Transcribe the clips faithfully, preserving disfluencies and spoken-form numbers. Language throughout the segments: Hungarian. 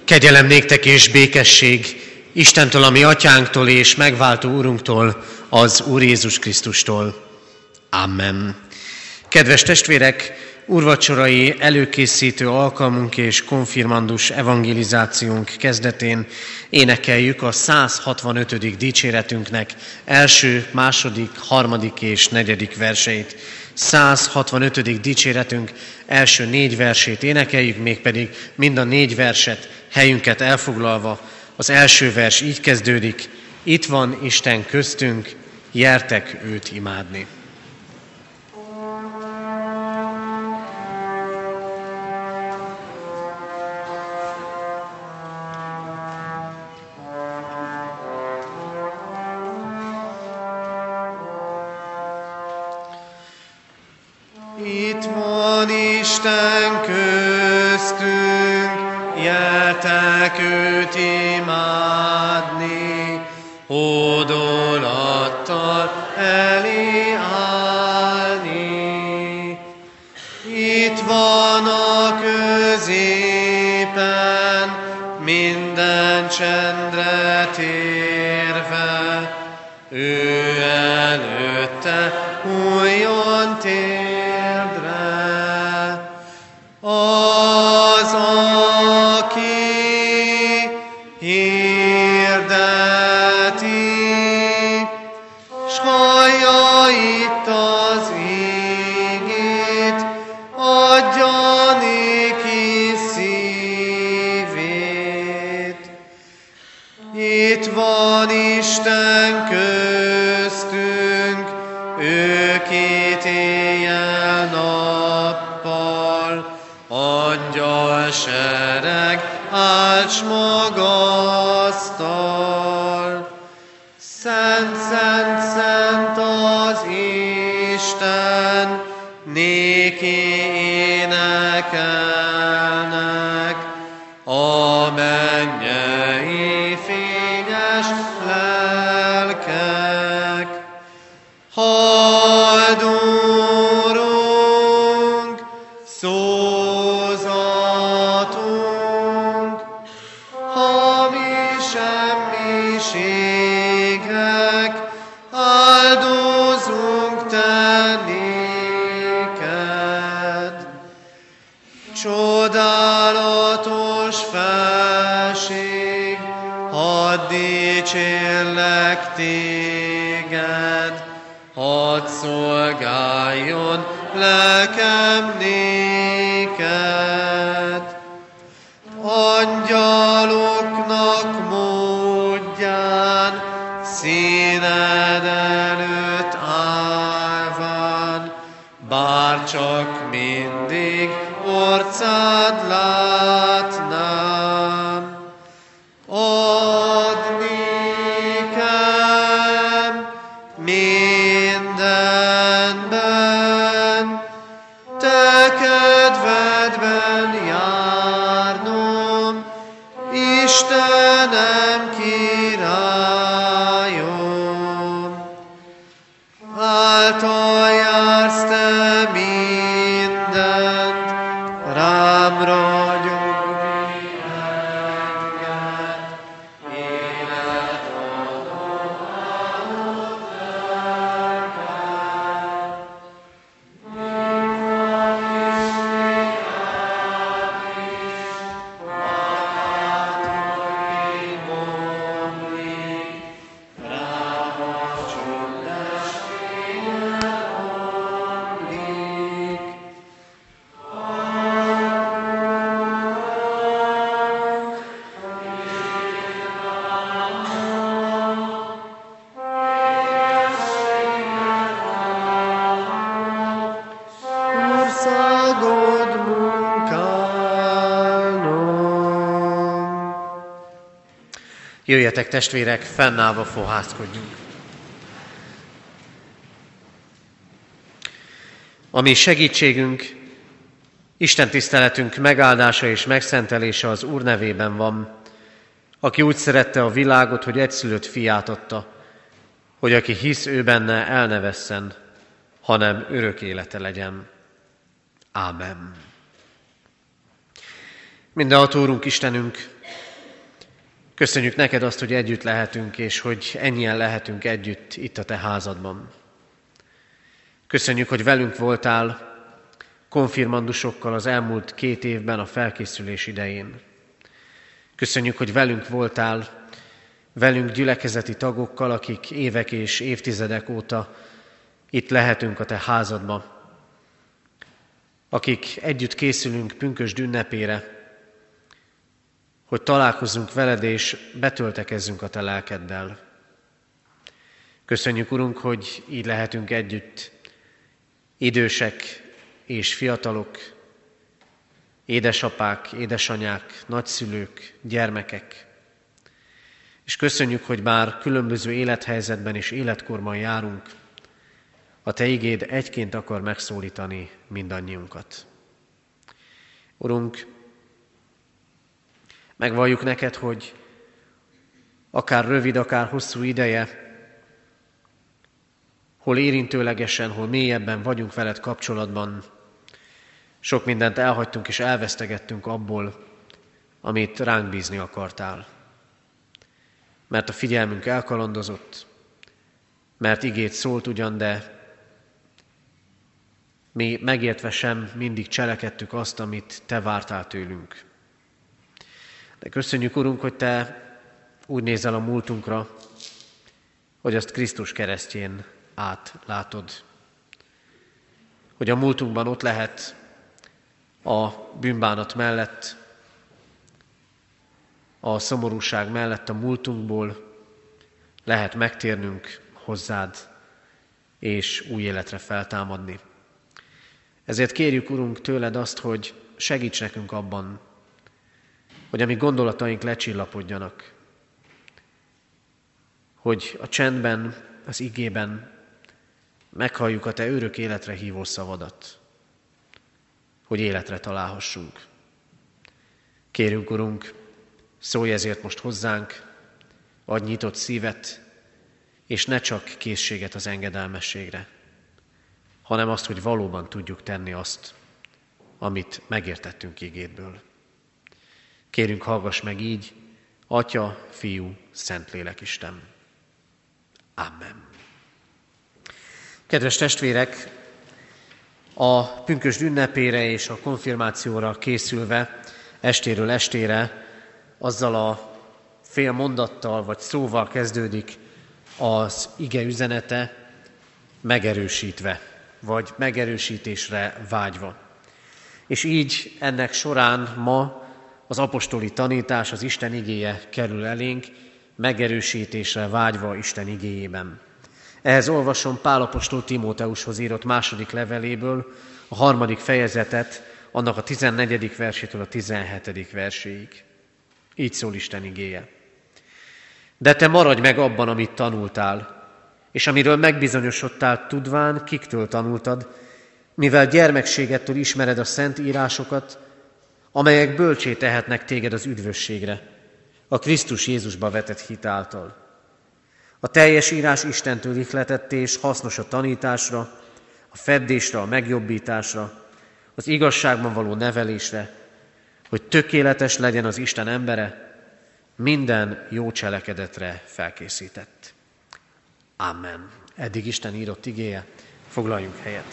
Kegyelem néktek és békesség Istentől, a mi atyánktól és megváltó Úrunktól, az Úr Jézus Krisztustól. Amen. Kedves testvérek, úrvacsorai előkészítő alkalmunk és konfirmandus evangelizációnk kezdetén énekeljük a száz hatvanötödik dicséretünknek első, második, harmadik és negyedik verseit. száz hatvanötödik dicséretünk első négy versét énekeljük, mégpedig mind a négy verset helyünket elfoglalva. Az első vers így kezdődik: itt van Isten köztünk, gyertek őt imádni. Itt van Isten köztünk, gyertek őt imádni, hódolattal elé állni. Itt van a középen, minden csendre térve, ő előtte hulljon térdre. Az, aki hirdeti, s hallja itt az ígét, adja néki szívét. Itt van Isten köztünk, ő két éjjel-nappal, angyal sereg, áldj magasztal. Szent, szent, szent az Isten, néki énekelnek, a mennyei fényes lelkek. Halld, Úrunk, szózatunk, ha mi semmiségek, áldozunk te néked. Csodálatos felség, hadd dicsérlek téged, hadd szolgáljon lelkem néked. Angyaloknak módján, színed előtt állván, bárcsak mindig orcád látnám. Add nékem mindenben, te kedvedben járnom, Istenem, királyom. Által jársz te mindent, rám ragyog enged, életadom állott lelkem. Országod munkálnom. Jöjjetek, testvérek, fennállva fohászkodjunk. A mi segítségünk, Isten tiszteletünk megáldása és megszentelése az Úr nevében van, aki úgy szerette a világot, hogy egyszülött fiát adta, hogy aki hisz ő benne, el ne vesszen, hanem örök élete legyen. Ámen. Mindenható Úrunk Istenünk, Köszönjük neked azt, hogy együtt lehetünk, és hogy ennyien lehetünk együtt itt a te házadban. Köszönjük, hogy velünk voltál konfirmandusokkal az elmúlt két évben a felkészülés idején. Köszönjük, hogy velünk voltál, velünk gyülekezeti tagokkal, akik évek és évtizedek óta itt lehetünk a te házadban, akik együtt készülünk pünkösd ünnepére, hogy találkozzunk veled és betöltekezzünk a te lelkeddel. Köszönjük, Urunk, hogy így lehetünk együtt, idősek és fiatalok, édesapák, édesanyák, nagyszülők, gyermekek. És köszönjük, hogy bár különböző élethelyzetben és életkorban járunk, a te igéd egyként akar megszólítani mindannyiunkat. Urunk, megvalljuk neked, hogy akár rövid, akár hosszú ideje, hol érintőlegesen, hol mélyebben vagyunk veled kapcsolatban, sok mindent elhagytunk és elvesztegettünk abból, amit ránk bízni akartál. Mert a figyelmünk elkalandozott, mert igét szólt ugyan, de mi megértve sem mindig cselekedtük azt, amit te vártál tőlünk. De köszönjük, Urunk, hogy te úgy nézel a múltunkra, hogy azt Krisztus keresztjén átlátod. Hogy a múltunkban ott lehet a bűnbánat mellett, a szomorúság mellett a múltunkból lehet megtérnünk hozzád, és új életre feltámadni. Ezért kérjük, Urunk, tőled azt, hogy segíts nekünk abban, hogy a mi gondolataink lecsillapodjanak, hogy a csendben, az igében meghalljuk a te örök életre hívó szavadat, hogy életre találhassunk. Kérünk, Urunk, szólj ezért most hozzánk, adj nyitott szívet, és ne csak készséget az engedelmességre, hanem azt, hogy valóban tudjuk tenni azt, amit megértettünk igédből. Kérünk, hallgass meg így, Atya, Fiú, Szentlélek Isten. Amen. Kedves testvérek, a pünkösd ünnepére és a konfirmációra készülve estéről estére azzal a fél mondattal vagy szóval kezdődik az ige üzenete, megerősítve, vagy megerősítésre vágyva. És így ennek során ma az apostoli tanítás, az Isten igéje kerül elénk, megerősítésre vágyva Isten igéjében. Ehhez olvasom Pál apostol Timóteushoz írott második leveléből a harmadik fejezetet, annak a tizennegyedik versétől a tizenhetedik verséig. Így szól Isten igéje. De te maradj meg abban, amit tanultál, és amiről megbizonyosodtál, tudván, kiktől tanultad, mivel gyermekségettől ismered a szent írásokat, amelyek bölcsé tehetnek téged az üdvösségre, a Krisztus Jézusba vetett hit által. A teljes írás Istentől ihletett és hasznos a tanításra, a feddésre, a megjobbításra, az igazságban való nevelésre, hogy tökéletes legyen az Isten embere, minden jó cselekedetre felkészített. Amen. Eddig Isten írott igéje, foglaljunk helyet.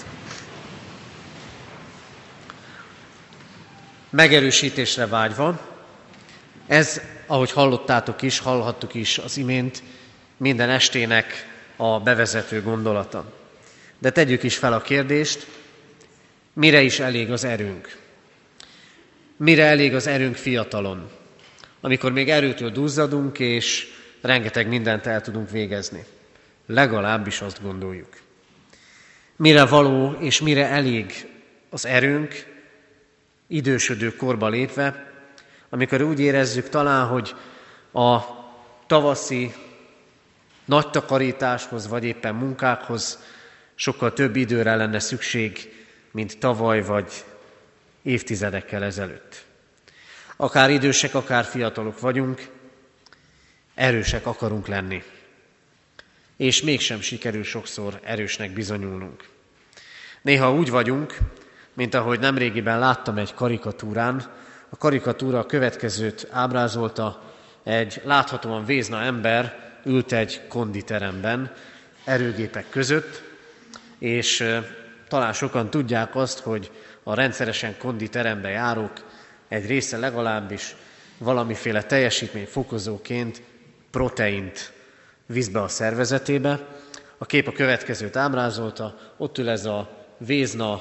Megerősítésre vágyva, ez, ahogy hallottátok is, hallhattuk is az imént, minden estének a bevezető gondolata. De tegyük is fel a kérdést, mire is elég az erőnk? Mire elég az erőnk fiatalon, amikor még erőtől duzzadunk, és rengeteg mindent el tudunk végezni? Legalábbis azt gondoljuk. Mire való és mire elég az erőnk idősödő korba lépve, amikor úgy érezzük talán, hogy a tavaszi nagy takarításhoz, vagy éppen munkákhoz sokkal több időre lenne szükség, mint tavaly, vagy évtizedekkel ezelőtt. Akár idősek, akár fiatalok vagyunk, erősek akarunk lenni. És mégsem sikerül sokszor erősnek bizonyulnunk. Néha úgy vagyunk, mint ahogy nemrégiben láttam egy karikatúrán. A karikatúra a következőt ábrázolta: egy láthatóan vézna ember ült egy konditeremben, erőgépek között, és talán sokan tudják azt, hogy a rendszeresen konditerembe járók egy része legalábbis valamiféle teljesítményfokozóként proteint visz be a szervezetébe. A kép a következőt ábrázolta, ott ül ez a vézna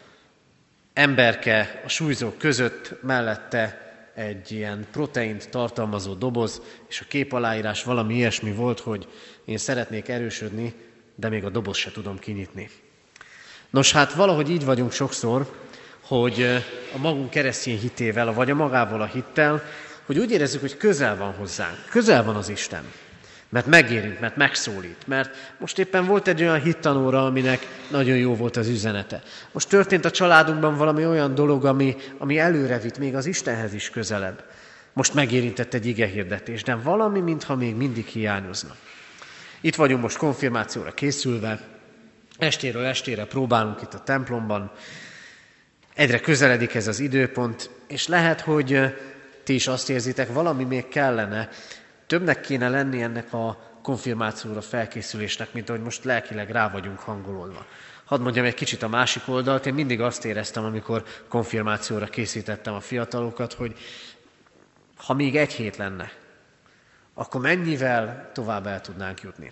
emberke a súlyzók között, mellette egy ilyen proteint tartalmazó doboz, és a kép aláírás valami ilyesmi volt, hogy én szeretnék erősödni, de még a doboz se tudom kinyitni. Nos, hát valahogy így vagyunk sokszor, hogy a magunk keresztény hitével, vagy a magával a hittel, hogy úgy érezzük, hogy közel van hozzánk, közel van az Isten, mert megérint, mert megszólít, mert most éppen volt egy olyan hittanóra, aminek nagyon jó volt az üzenete. Most történt a családunkban valami olyan dolog, ami, ami előre vitt még az Istenhez is közelebb. Most megérintett egy igehirdetés, de valami, mintha még mindig hiányozna. Itt vagyunk most konfirmációra készülve, estéről estére próbálunk itt a templomban, egyre közeledik ez az időpont, és lehet, hogy ti is azt érzitek, valami még kellene, többnek kéne lenni ennek a konfirmációra felkészülésnek, mint ahogy most lelkileg rá vagyunk hangolódva. Hadd mondjam egy kicsit a másik oldalt, én mindig azt éreztem, amikor konfirmációra készítettem a fiatalokat, hogy ha még egy hét lenne, akkor mennyivel tovább el tudnánk jutni.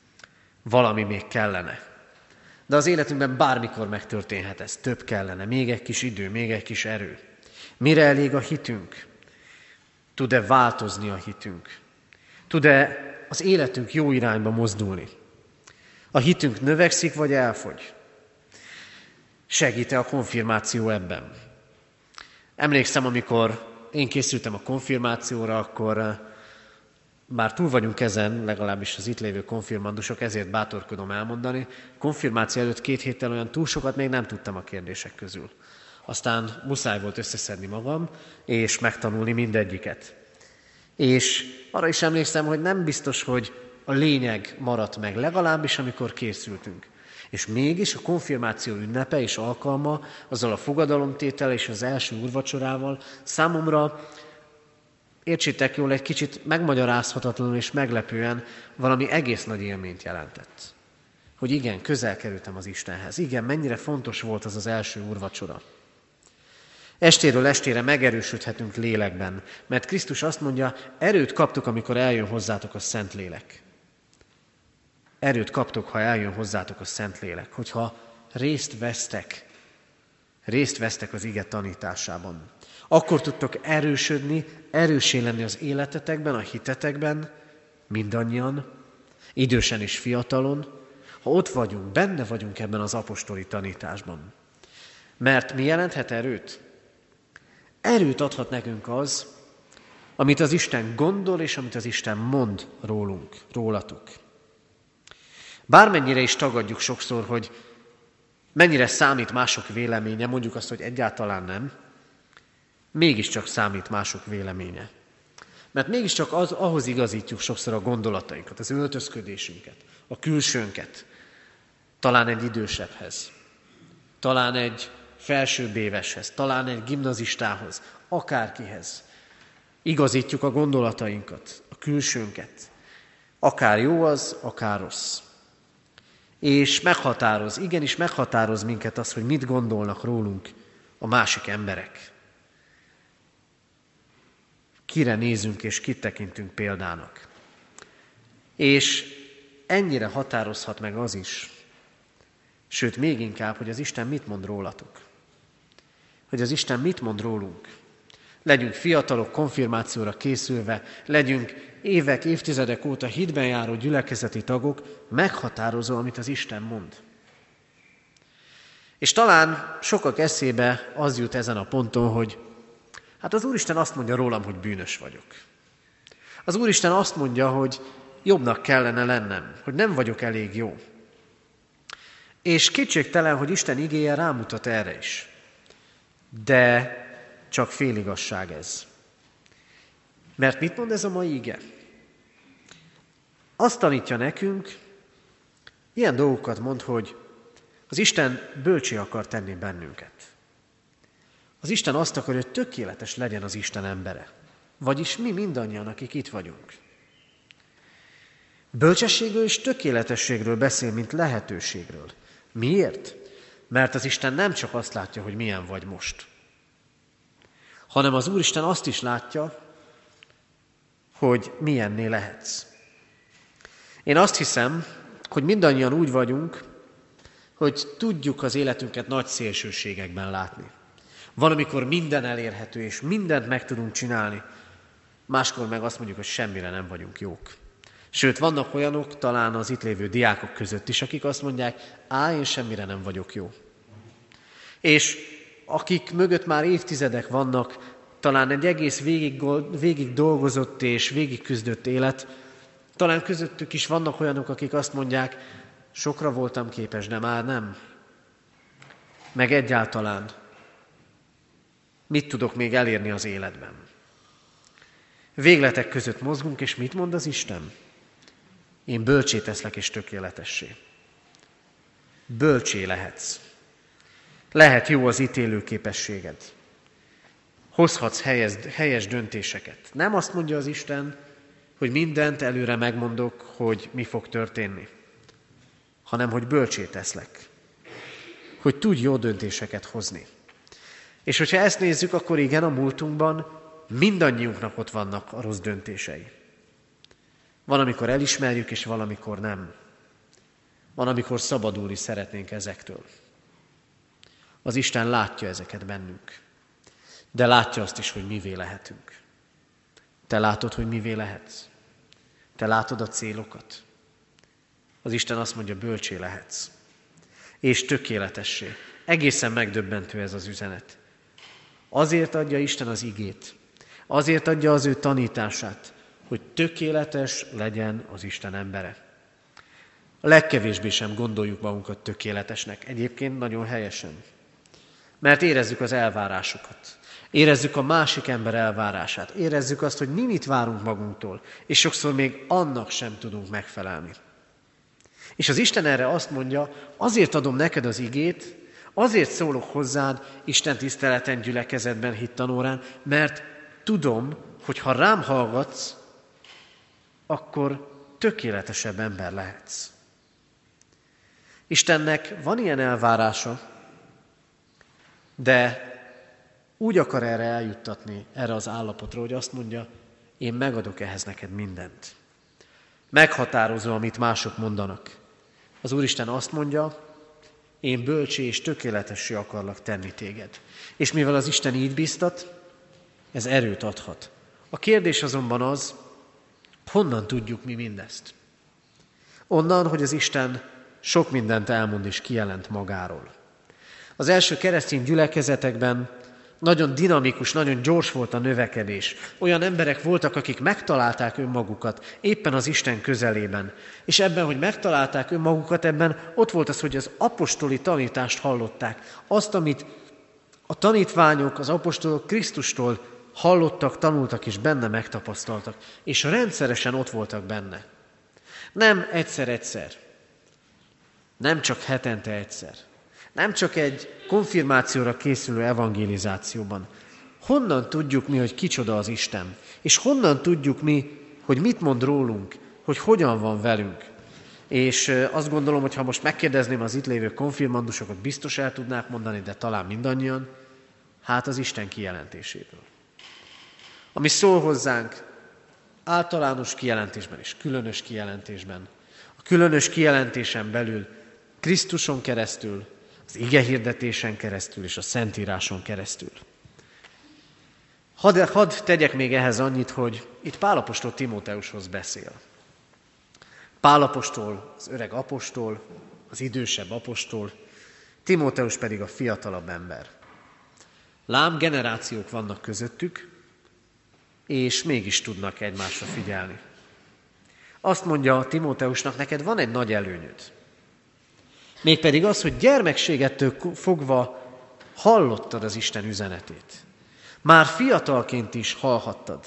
Valami még kellene. De az életünkben bármikor megtörténhet ez, több kellene, még egy kis idő, még egy kis erő. Mire elég a hitünk? Tud-e változni a hitünk? Tud-e az életünk jó irányba mozdulni? A hitünk növekszik, vagy elfogy? Segít-e a konfirmáció ebben? Emlékszem, amikor én készültem a konfirmációra, akkor bár túl vagyunk ezen, legalábbis az itt lévő konfirmandusok, ezért bátorkodom elmondani, konfirmáció előtt két héttel olyan túl sokat még nem tudtam a kérdések közül. Aztán muszáj volt összeszedni magam, és megtanulni mindegyiket. És arra is emlékszem, hogy nem biztos, hogy a lényeg maradt meg, legalábbis amikor készültünk. És mégis a konfirmáció ünnepe és alkalma, azzal a fogadalomtétel és az első úrvacsorával számomra, értsétek jól, egy kicsit megmagyarázhatatlanul és meglepően valami egész nagy élményt jelentett. Hogy igen, közel kerültem az Istenhez. Igen, mennyire fontos volt az az első úrvacsora. Estéről estére megerősödhetünk lélekben, mert Krisztus azt mondja, erőt kaptok, amikor eljön hozzátok a Szentlélek. Erőt kaptok, ha eljön hozzátok a Szentlélek, hogyha részt vesztek, részt vesztek az ige tanításában. Akkor tudtok erősödni, erőssé lenni az életetekben, a hitetekben, mindannyian, idősen és fiatalon, ha ott vagyunk, benne vagyunk ebben az apostoli tanításban. Mert mi jelenthet erőt? Erőt adhat nekünk az, amit az Isten gondol, és amit az Isten mond rólunk, rólatok. Bármennyire is tagadjuk sokszor, hogy mennyire számít mások véleménye, mondjuk azt, hogy egyáltalán nem, mégiscsak számít mások véleménye. Mert mégiscsak az, ahhoz igazítjuk sokszor a gondolatainkat, az öltözködésünket, a külsőnket, talán egy idősebbhez, talán egy felsőbb éveshez, talán egy gimnazistához, akárkihez. Igazítjuk a gondolatainkat, a külsőnket. Akár jó az, akár rossz. És meghatároz, igenis meghatároz minket az, hogy mit gondolnak rólunk a másik emberek. Kire nézünk és kit tekintünk példának. És ennyire határozhat meg az is, sőt még inkább, hogy az Isten mit mond rólatok. Hogy az Isten mit mond rólunk. Legyünk fiatalok, konfirmációra készülve, legyünk évek, évtizedek óta hitben járó gyülekezeti tagok, meghatározó, amit az Isten mond. És talán sokak eszébe az jut ezen a ponton, hogy hát az Úristen azt mondja rólam, hogy bűnös vagyok. Az Úristen azt mondja, hogy jobbnak kellene lennem, hogy nem vagyok elég jó. És kétségtelen, hogy Isten igéje rámutat erre is. De csak féligasság ez. Mert mit mond ez a mai ige? Azt tanítja nekünk, ilyen dolgokat mond, hogy az Isten bölcsé akar tenni bennünket. Az Isten azt akar, hogy tökéletes legyen az Isten embere. Vagyis mi mindannyian, akik itt vagyunk. Bölcsességről és tökéletességről beszél, mint lehetőségről. Miért? Mert az Isten nem csak azt látja, hogy milyen vagy most, hanem az Úristen azt is látja, hogy milyenné lehetsz. Én azt hiszem, hogy mindannyian úgy vagyunk, hogy tudjuk az életünket nagy szélsőségekben látni. Van, amikor minden elérhető, és mindent meg tudunk csinálni, máskor meg azt mondjuk, hogy semmire nem vagyunk jók. Sőt, vannak olyanok, talán az itt lévő diákok között is, akik azt mondják, á, én semmire nem vagyok jó. És akik mögött már évtizedek vannak, talán egy egész végig, végig dolgozott és végig küzdött élet, talán közöttük is vannak olyanok, akik azt mondják, sokra voltam képes, de már nem. Meg egyáltalán, mit tudok még elérni az életben? Végletek között mozgunk, és mit mond az Isten? Én bölcsé teszlek és tökéletessé. Bölcsé lehetsz. Lehet jó az ítélő képességed. Hozhatsz helyes, helyes döntéseket. Nem azt mondja az Isten, hogy mindent előre megmondok, hogy mi fog történni, hanem hogy bölcsé teszlek. Hogy tudj jó döntéseket hozni. És hogyha ezt nézzük, akkor igen, a múltunkban mindannyiunknak ott vannak a rossz döntései. Van, amikor elismerjük, és valamikor nem. Van, amikor szabadulni szeretnénk ezektől. Az Isten látja ezeket bennünk. De látja azt is, hogy mivé lehetünk. Te látod, hogy mivé lehetsz. Te látod a célokat. Az Isten azt mondja, bölcsé lehetsz. És tökéletessé. Egészen megdöbbentő ez az üzenet. Azért adja Isten az igét. Azért adja az ő tanítását, hogy tökéletes legyen az Isten embere. A legkevésbé sem gondoljuk magunkat tökéletesnek. Egyébként nagyon helyesen. Mert érezzük az elvárásokat. Érezzük a másik ember elvárását. Érezzük azt, hogy mi mit várunk magunktól. És sokszor még annak sem tudunk megfelelni. És az Isten erre azt mondja, azért adom neked az igét, azért szólok hozzád Isten tiszteleten, gyülekezetben, hittanórán, mert tudom, hogy ha rám hallgatsz, akkor tökéletesebb ember lehetsz. Istennek van ilyen elvárása, de úgy akar erre eljuttatni, erre az állapotra, hogy azt mondja, én megadok ehhez neked mindent. Meghatározó, amit mások mondanak. Az Úristen azt mondja, én bölcsé és tökéletessé akarlak tenni téged. És mivel az Isten így bíztat, ez erőt adhat. A kérdés azonban az, honnan tudjuk mi mindezt? Onnan, hogy az Isten sok mindent elmond és kijelent magáról. Az első keresztény gyülekezetekben nagyon dinamikus, nagyon gyors volt a növekedés. Olyan emberek voltak, akik megtalálták önmagukat éppen az Isten közelében. És ebben, hogy megtalálták önmagukat, ebben ott volt az, hogy az apostoli tanítást hallották. Azt, amit a tanítványok, az apostolok Krisztustól hallottak, tanultak és benne megtapasztaltak. És rendszeresen ott voltak benne. Nem egyszer-egyszer. Nem csak hetente egyszer. Nem csak egy konfirmációra készülő evangelizációban. Honnan tudjuk mi, hogy kicsoda az Isten? És honnan tudjuk mi, hogy mit mond rólunk, hogy hogyan van velünk? És azt gondolom, hogy ha most megkérdezném az itt lévő konfirmandusokat, biztos el tudnák mondani, de talán mindannyian, hát az Isten kijelentéséből. Ami szól hozzánk általános kijelentésben és különös kijelentésben. A különös kijelentésen belül Krisztuson keresztül, az igehirdetésen keresztül és a Szentíráson keresztül. Hadd, hadd tegyek még ehhez annyit, hogy itt Pál apostol Timóteushoz beszél. Pál apostol, az öreg apostol, az idősebb apostol, Timóteus pedig a fiatalabb ember. Lám generációk vannak közöttük, és mégis tudnak egymásra figyelni. Azt mondja Timóteusnak, neked van egy nagy előnyöd. Mégpedig az, hogy gyermekségettől fogva hallottad az Isten üzenetét. Már fiatalként is hallhattad.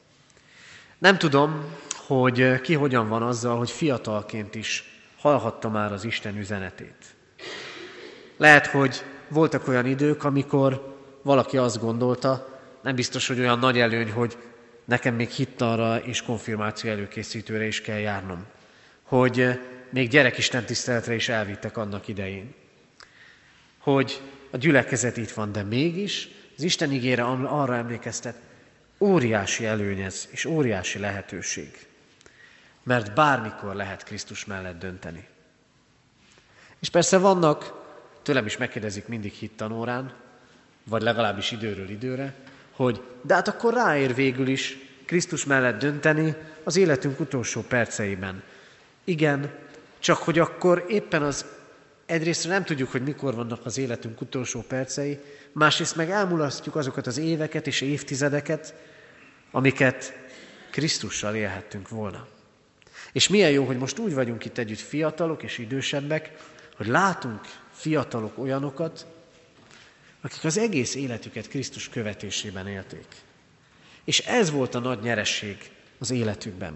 Nem tudom, hogy ki hogyan van azzal, hogy fiatalként is hallhatta már az Isten üzenetét. Lehet, hogy voltak olyan idők, amikor valaki azt gondolta, nem biztos, hogy olyan nagy előny, hogy nekem még hittanra és konfirmáció előkészítőre is kell járnom, hogy még gyerekisten tiszteletre is elvittek annak idején, hogy a gyülekezet itt van, de mégis az Isten igére arra emlékeztet, óriási előny ez, és óriási lehetőség, mert bármikor lehet Krisztus mellett dönteni. És persze vannak, tőlem is megkérdezik mindig hittanórán, vagy legalábbis időről időre, hogy de hát akkor ráér végül is Krisztus mellett dönteni az életünk utolsó perceiben. Igen, csak hogy akkor éppen az egyrészt nem tudjuk, hogy mikor vannak az életünk utolsó percei, másrészt meg elmulasztjuk azokat az éveket és évtizedeket, amiket Krisztussal élhettünk volna. És milyen jó, hogy most úgy vagyunk itt együtt fiatalok és idősebbek, hogy látunk fiatalok olyanokat, akik az egész életüket Krisztus követésében élték. És ez volt a nagy nyeresség az életükben.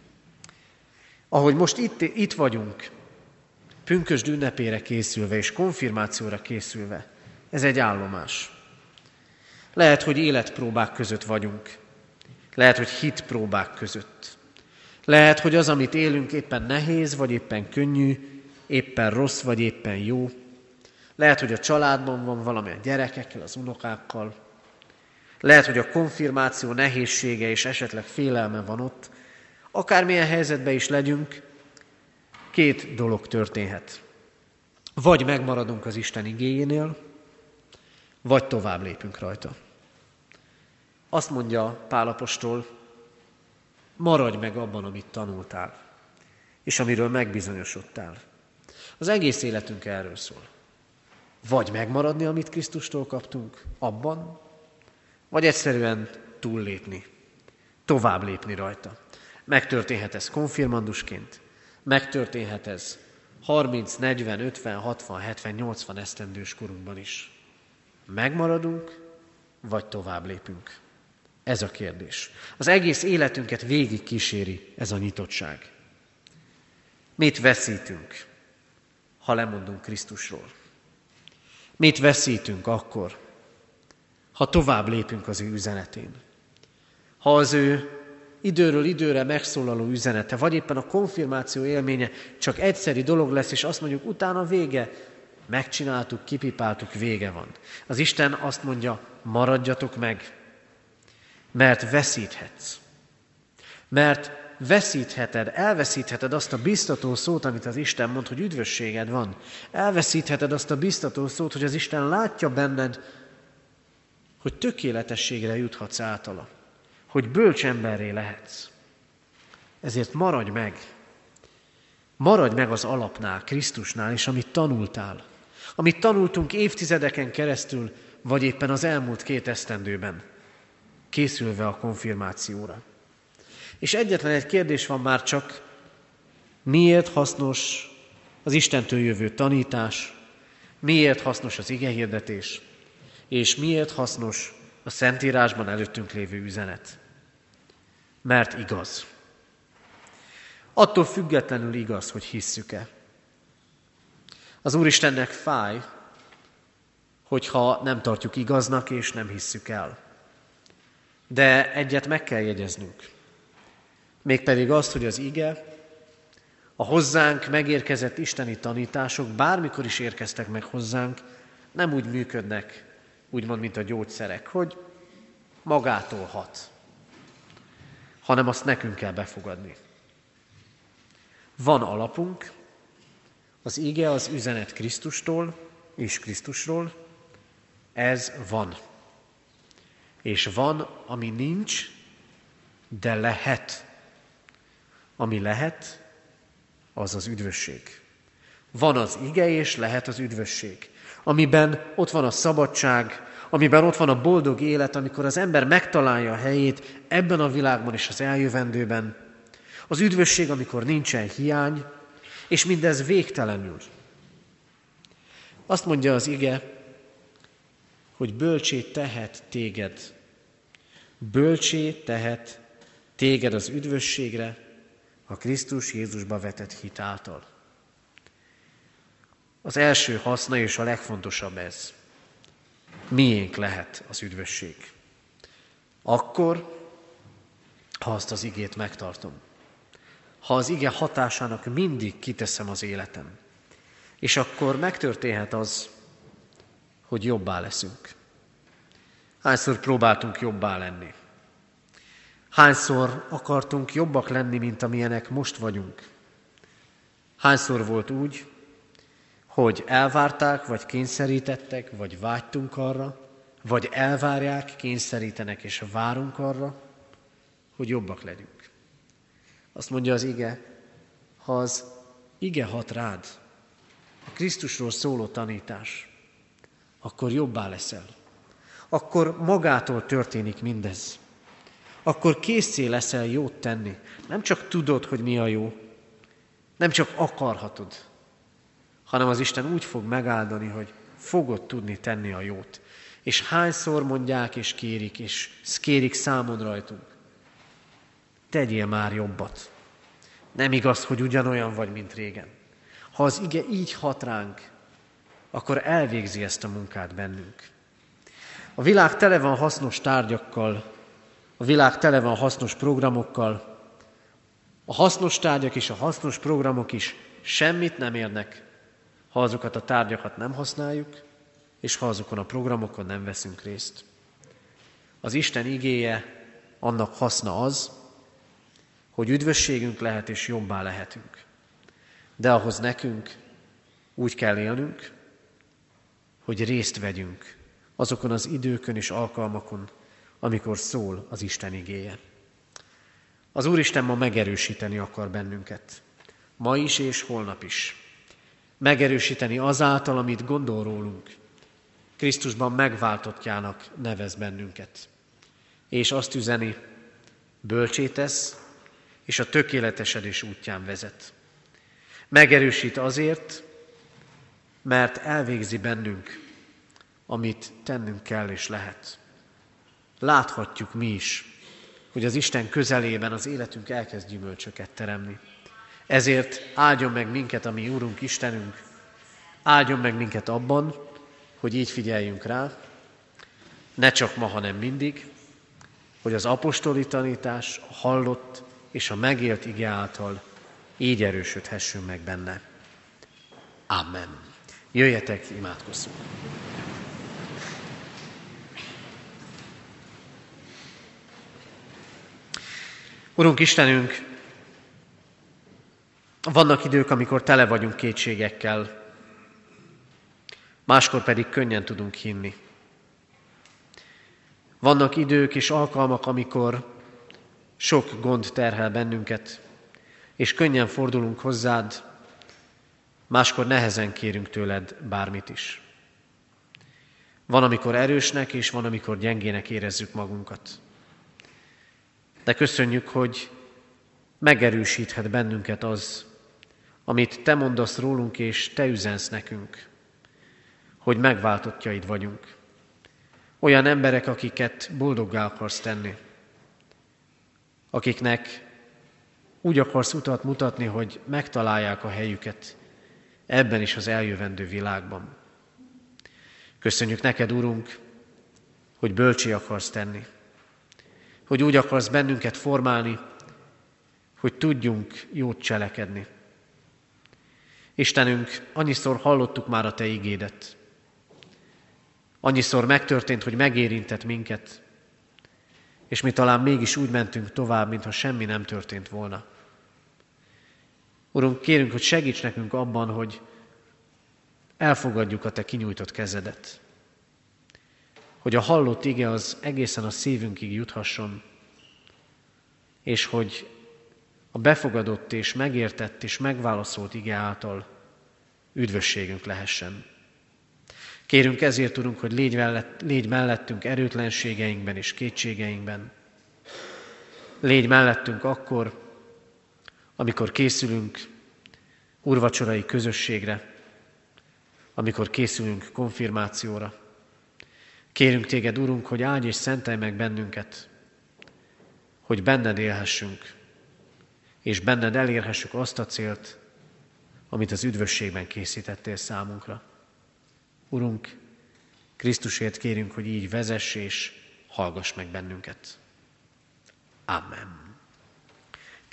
Ahogy most itt, itt vagyunk, pünkösd ünnepére készülve és konfirmációra készülve, ez egy állomás. Lehet, hogy életpróbák között vagyunk. Lehet, hogy hitpróbák között. Lehet, hogy az, amit élünk, éppen nehéz, vagy éppen könnyű, éppen rossz, vagy éppen jó. Lehet, hogy a családban van valami a gyerekekkel, az unokákkal. Lehet, hogy a konfirmáció nehézsége és esetleg félelme van ott. Akármilyen helyzetben is legyünk, két dolog történhet. Vagy megmaradunk az Isten igéjénél, vagy tovább lépünk rajta. Azt mondja Pál apostol, maradj meg abban, amit tanultál, és amiről megbizonyosodtál. Az egész életünk erről szól. Vagy megmaradni, amit Krisztustól kaptunk, abban, vagy egyszerűen túllépni, tovább lépni rajta. Megtörténhet ez konfirmandusként, megtörténhet ez harminc, negyven, ötven, hatvan, hetven, nyolcvan esztendős korunkban is. Megmaradunk, vagy tovább lépünk? Ez a kérdés. Az egész életünket végig kíséri ez a nyitottság. Mit veszítünk, ha lemondunk Krisztusról? Mit veszítünk akkor, ha tovább lépünk az ő üzenetén? Ha az ő időről időre megszólaló üzenete, vagy éppen a konfirmáció élménye csak egyszeri dolog lesz, és azt mondjuk, utána vége, megcsináltuk, kipipáltuk, vége van. Az Isten azt mondja, maradjatok meg, mert veszíthetsz. Mert veszítheted, elveszítheted azt a biztató szót, amit az Isten mond, hogy üdvösséged van. Elveszítheted azt a biztató szót, hogy az Isten látja benned, hogy tökéletességre juthatsz általa, hogy bölcs emberré lehetsz. Ezért maradj meg. Maradj meg az alapnál, Krisztusnál, és amit tanultál. Amit tanultunk évtizedeken keresztül, vagy éppen az elmúlt két esztendőben, készülve a konfirmációra. És egyetlen egy kérdés van már csak, miért hasznos az Istentől jövő tanítás, miért hasznos az igehirdetés, és miért hasznos a Szentírásban előttünk lévő üzenet. Mert igaz. Attól függetlenül igaz, hogy hisszük-e. Az Úristennek fáj, hogyha nem tartjuk igaznak és nem hisszük el. De egyet meg kell jegyeznünk. Mégpedig azt, hogy az ige, a hozzánk megérkezett isteni tanítások, bármikor is érkeztek meg hozzánk, nem úgy működnek, úgymond, mint a gyógyszerek, hogy magától hat, hanem azt nekünk kell befogadni. Van alapunk, az ige az üzenet Krisztustól és Krisztusról, ez van. És van, ami nincs, de lehet. Ami lehet, az az üdvösség. Van az ige, és lehet az üdvösség. Amiben ott van a szabadság, amiben ott van a boldog élet, amikor az ember megtalálja a helyét ebben a világban és az eljövendőben. Az üdvösség, amikor nincsen hiány, és mindez végtelenül. Azt mondja az ige, hogy bölcsé tehet téged. Bölcsé tehet téged az üdvösségre, a Krisztus Jézusba vetett hit által. Az első haszna és a legfontosabb ez. Miénk lehet az üdvösség? Akkor, ha azt az igét megtartom. Ha az ige hatásának mindig kiteszem az életem. És akkor megtörténhet az, hogy jobbá leszünk. Hányszor próbáltunk jobbá lenni? Hányszor akartunk jobbak lenni, mint amilyenek most vagyunk? Hányszor volt úgy, hogy elvárták, vagy kényszerítettek, vagy vágytunk arra, vagy elvárják, kényszerítenek, és várunk arra, hogy jobbak legyünk. Azt mondja az ige, ha az ige hat rád, a Krisztusról szóló tanítás, akkor jobbá leszel. Akkor magától történik mindez. Akkor készé leszel jót tenni. Nem csak tudod, hogy mi a jó, nem csak akarhatod, hanem az Isten úgy fog megáldani, hogy fogod tudni tenni a jót. És hányszor mondják és kérik, és kérik számon rajtunk. Tegyél már jobbat. Nem igaz, hogy ugyanolyan vagy, mint régen. Ha az ige így hat ránk, akkor elvégzi ezt a munkát bennünk. A világ tele van hasznos tárgyakkal, a világ tele van hasznos programokkal. A hasznos tárgyak és a hasznos programok is semmit nem érnek, ha azokat a tárgyakat nem használjuk, és ha azokon a programokon nem veszünk részt. Az Isten igéje, annak haszna az, hogy üdvösségünk lehet és jobbá lehetünk. De ahhoz nekünk úgy kell élnünk, hogy részt vegyünk azokon az időkön és alkalmakon, amikor szól az Isten igéje. Az Úristen ma megerősíteni akar bennünket. Ma is és holnap is. Megerősíteni azáltal, amit gondol rólunk. Krisztusban megváltottjának nevez bennünket. És azt üzeni, bölcsé tesz, és a tökéletesedés útján vezet. Megerősít azért, mert elvégzi bennünk, amit tennünk kell és lehet. Láthatjuk mi is, hogy az Isten közelében az életünk elkezd gyümölcsöket teremni. Ezért áldjon meg minket a mi Úrunk Istenünk, áldjon meg minket abban, hogy így figyeljünk rá, ne csak ma, hanem mindig, hogy az apostoli tanítás, a hallott és a megélt ige által így erősödhessünk meg benne. Amen. Jöjjetek, imádkozzunk! Urunk Istenünk, vannak idők, amikor tele vagyunk kétségekkel, máskor pedig könnyen tudunk hinni. Vannak idők és alkalmak, amikor sok gond terhel bennünket, és könnyen fordulunk hozzád, máskor nehezen kérünk tőled bármit is. Van, amikor erősnek, és van, amikor gyengének érezzük magunkat. De köszönjük, hogy megerősíthet bennünket az, amit te mondasz rólunk, és te üzensz nekünk, hogy megváltottjaid vagyunk. Olyan emberek, akiket boldoggá akarsz tenni, akiknek úgy akarsz utat mutatni, hogy megtalálják a helyüket ebben is az eljövendő világban. Köszönjük neked, Urunk, hogy bölcsé akarsz tenni, hogy úgy akarsz bennünket formálni, hogy tudjunk jót cselekedni. Istenünk, annyiszor hallottuk már a te igédet, annyiszor megtörtént, hogy megérintett minket, és mi talán mégis úgy mentünk tovább, mintha semmi nem történt volna. Urunk, kérünk, hogy segíts nekünk abban, hogy elfogadjuk a te kinyújtott kezedet, hogy a hallott ige az egészen a szívünkig juthasson, és hogy a befogadott és megértett és megválaszolt ige által üdvösségünk lehessen. Kérünk ezért, Urunk, hogy légy, mellett, légy mellettünk erőtlenségeinkben és kétségeinkben. Légy mellettünk akkor, amikor készülünk úrvacsorai közösségre, amikor készülünk konfirmációra. Kérünk téged, Urunk, hogy áldj és szentelj meg bennünket, hogy benned élhessünk, és benned elérhessük azt a célt, amit az üdvösségben készítettél számunkra. Urunk, Krisztusért kérünk, hogy így vezess és hallgass meg bennünket. Amen.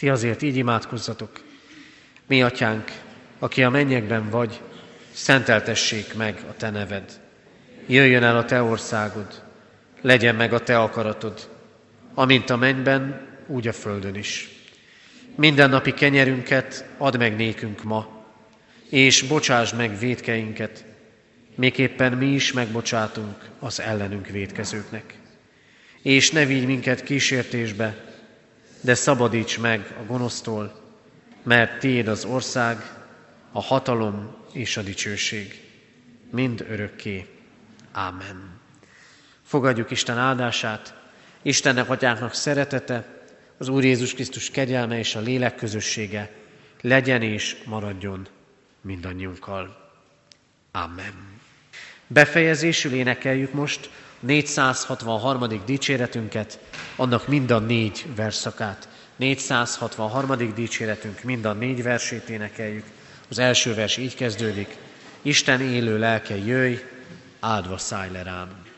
Ti azért így imádkozzatok. Mi atyánk, aki a mennyekben vagy, szenteltessék meg a te neved. Jöjjön el a te országod, legyen meg a te akaratod, amint a mennyben, úgy a földön is. Mindennapi kenyerünket add meg nékünk ma, és bocsásd meg vétkeinket, miképpen mi is megbocsátunk az ellenünk vétkezőknek. És ne vigy minket kísértésbe, de szabadíts meg a gonosztól, mert tiéd az ország, a hatalom és a dicsőség, mind örökké. Ámen. Fogadjuk Isten áldását, Istennek Atyánknak szeretete, az Úr Jézus Krisztus kegyelme és a lélek közössége legyen és maradjon mindannyiunkkal. Amen. Befejezésül énekeljük most négyszázhatvanharmadik dicséretünket, annak mind a négy versszakát. négyszázhatvanharmadik dicséretünk mind a négy versét énekeljük. Az első vers így kezdődik: Isten élő lelke, jöjj, áldva szállj le rám.